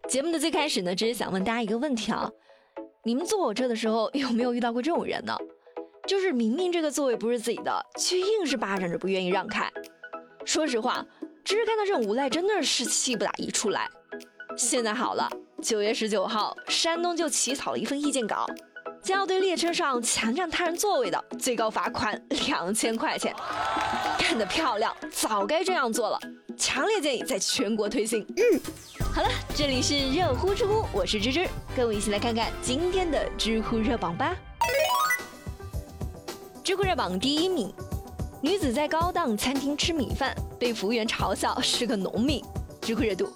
节目的最开始呢，只是想问大家一个问题啊，你们坐火车的时候有没有遇到过这种人呢？就是明明这个座位不是自己的，却硬是霸占着不愿意让开。说实话，只是看到这种无赖真的是气不打一处来。现在好了，9月19号，山东就起草了一份意见稿，将要对列车上强占他人座位的最高罚款2000块钱。干得漂亮，早该这样做了，强烈建议在全国推行。好了，这里是热乎知乎，我是芝芝，跟我一起来看看今天的知乎热榜吧。知乎热榜第1名，女子在高档餐厅吃米饭，被服务员嘲笑是个农民，知乎热度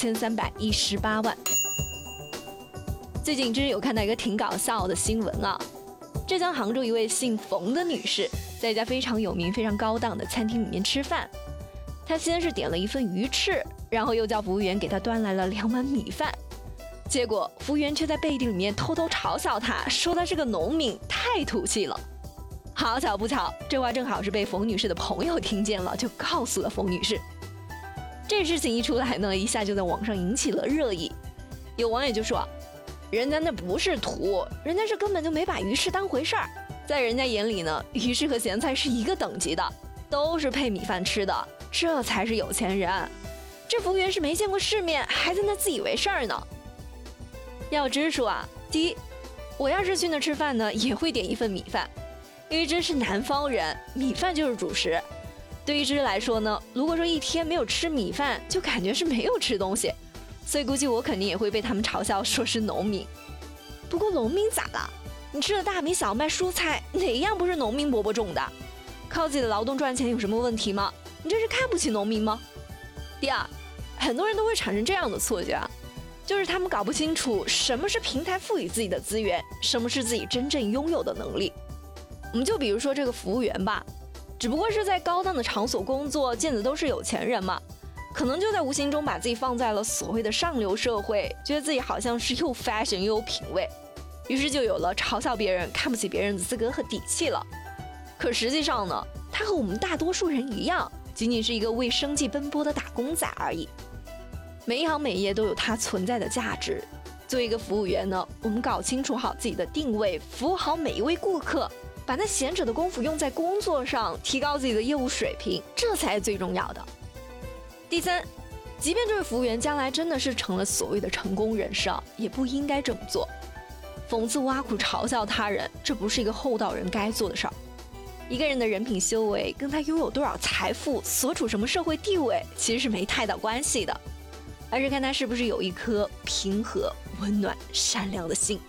2318万。最近芝芝有看到一个挺搞笑的新闻啊，浙江杭州一位姓冯的女士，在一家非常有名、非常高档的餐厅里面吃饭。她先是点了一份鱼翅，然后又叫服务员给她端来了2碗米饭。结果服务员却在背地里面偷偷嘲笑她，说她是个农民，太土气了。好巧不巧，这话正好是被冯女士的朋友听见了，就告诉了冯女士。这事情一出来呢，一下就在网上引起了热议。有网友就说，人家那不是土，人家是根本就没把鱼翅当回事儿。在人家眼里呢，鱼翅和咸菜是一个等级的，都是配米饭吃的，这才是有钱人。这服务员是没见过世面，还在那自以为是儿呢。要知说啊，第一，我要是去那吃饭呢，也会点一份米饭，因为这是南方人，米饭就是主食。对于芝来说呢，如果说一天没有吃米饭，就感觉是没有吃东西，所以估计我肯定也会被他们嘲笑说是农民。不过农民咋了？你吃的大米小麦蔬菜，哪样不是农民伯伯种的？靠自己的劳动赚钱有什么问题吗？你这是看不起农民吗？第二，很多人都会产生这样的错觉啊，就是他们搞不清楚什么是平台赋予自己的资源，什么是自己真正拥有的能力。我们就比如说这个服务员吧，只不过是在高档的场所工作，见的都是有钱人嘛，可能就在无形中把自己放在了所谓的上流社会，觉得自己好像是又 fashion 又有品味，于是就有了嘲笑别人、看不起别人的资格和底气了。可实际上呢，他和我们大多数人一样，仅仅是一个为生计奔波的打工仔而已。每一行每业都有它存在的价值。作为一个服务员呢，我们搞清楚好自己的定位，服务好每一位顾客，把那闲着的功夫用在工作上，提高自己的业务水平，这才是最重要的。第三，即便这位服务员将来真的是成了所谓的成功人士啊，也不应该这么做。讽刺挖苦嘲笑他人，这不是一个厚道人该做的事儿。一个人的人品修为跟他拥有多少财富、所处什么社会地位其实是没太大关系的，而是看他是不是有一颗平和、温暖、善良的心。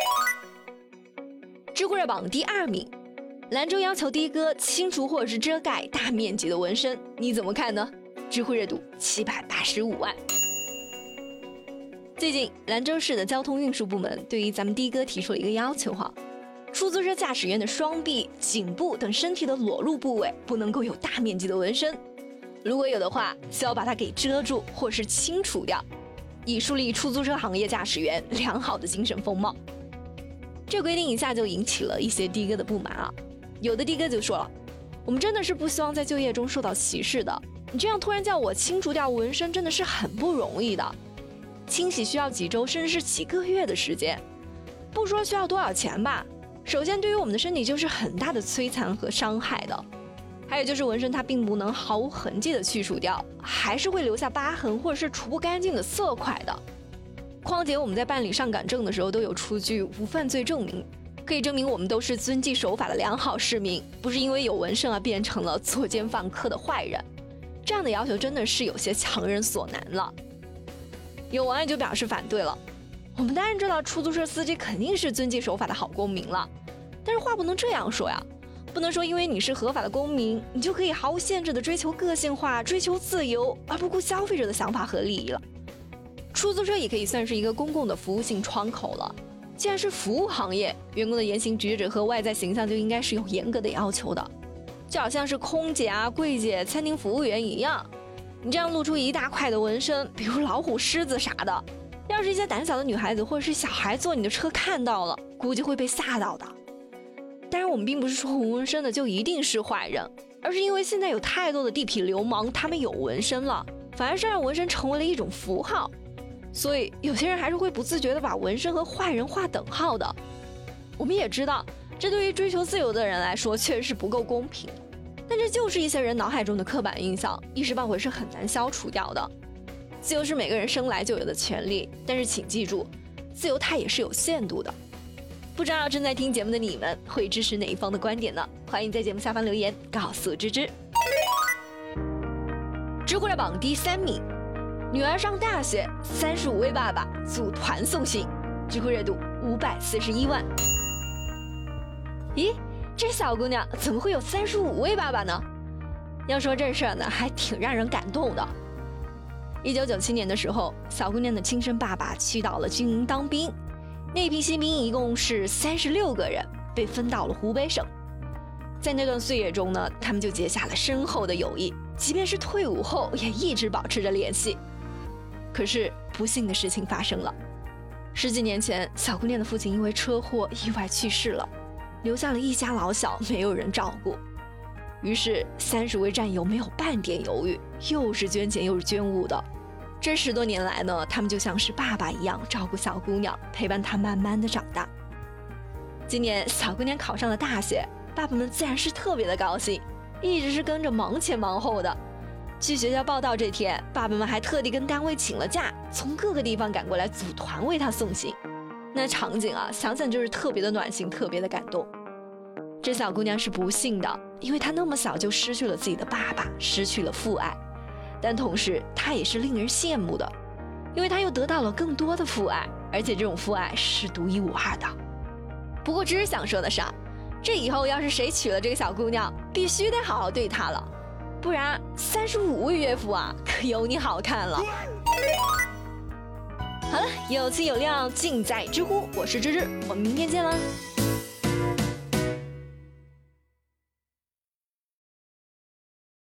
知乎热榜第2名，兰州要求的哥清除或者是遮盖大面积的纹身，你怎么看呢？知乎热度785万。最近兰州市的交通运输部门对于咱们的哥提出了一个要求哈，出租车驾驶员的双臂、颈部等身体的裸露部位不能够有大面积的纹身，如果有的话，需要把它给遮住或是清除掉，以树立出租车行业驾驶员良好的精神风貌。这规定一下就引起了一些的哥的不满啊，有的的哥就说了，我们真的是不希望在就业中受到歧视的，你这样突然叫我清除掉纹身真的是很不容易的，清洗需要几周甚至是几个月的时间，不说需要多少钱吧，首先对于我们的身体就是很大的摧残和伤害的，还有就是纹身它并不能毫无痕迹的去除掉，还是会留下疤痕或者是除不干净的色块的。况且我们在办理上岗证的时候都有出具无犯罪证明，可以证明我们都是遵纪守法的良好市民，不是因为有纹身而变成了作奸犯科的坏人。这样的要求真的是有些强人所难了。有网友就表示反对了，我们当然知道出租车司机肯定是遵纪守法的好公民了，但是话不能这样说呀，不能说因为你是合法的公民，你就可以毫无限制的追求个性化、追求自由，而不顾消费者的想法和利益了。出租车也可以算是一个公共的服务性窗口了，既然是服务行业，员工的言行举止和外在形象就应该是有严格的要求的，就好像是空姐啊、柜姐、餐厅服务员一样，你这样露出一大块的纹身，比如老虎、狮子啥的，要是一些胆小的女孩子或者是小孩坐你的车看到了，估计会被吓到的。当然我们并不是说纹身的就一定是坏人，而是因为现在有太多的地痞流氓，他们有纹身了，反而是让纹身成为了一种符号。 所以有些人还是会不自觉地把纹身和坏人划等号的。我们也知道，这对于追求自由的人来说确实是不够公平，但这就是一些人脑海中的刻板印象，一时半会是很难消除掉的。自由是每个人生来就有的权利，但是请记住，自由它也是有限度的。不知道正在听节目的你们会支持哪一方的观点呢？欢迎在节目下方留言告诉芝芝。知乎热榜第3名，女儿上大学，35位爸爸组团送行，知乎热度541万。咦，这小姑娘怎么会有35位爸爸呢？要说这事儿呢，还挺让人感动的。1997年的时候，小姑娘的亲生爸爸去到了军营当兵，那批新兵一共是36个人，被分到了湖北省。在那段岁月中呢，他们就结下了深厚的友谊，即便是退伍后也一直保持着联系。可是不幸的事情发生了，10几年前，小姑娘的父亲因为车祸意外去世了，留下了一家老小，没有人照顾。于是30位战友没有半点犹豫，又是捐钱又是捐物的。这10多年来呢，他们就像是爸爸一样照顾小姑娘，陪伴她慢慢的长大。今年小姑娘考上了大学，爸爸们自然是特别的高兴，一直是跟着忙前忙后的。去学校报到这天，爸爸们还特地跟单位请了假，从各个地方赶过来组团为她送行。那场景啊，想想就是特别的暖心，特别的感动。这小姑娘是不幸的，因为她那么小就失去了自己的爸爸，失去了父爱。但同时她也是令人羡慕的，因为她又得到了更多的父爱，而且这种父爱是独一无二的。不过芝芝想说的是啊，这以后要是谁娶了这个小姑娘，必须得好好对她了，不然35位岳父啊，可有你好看了。好了，有情有料尽在知乎，我是芝芝，我们明天见啦。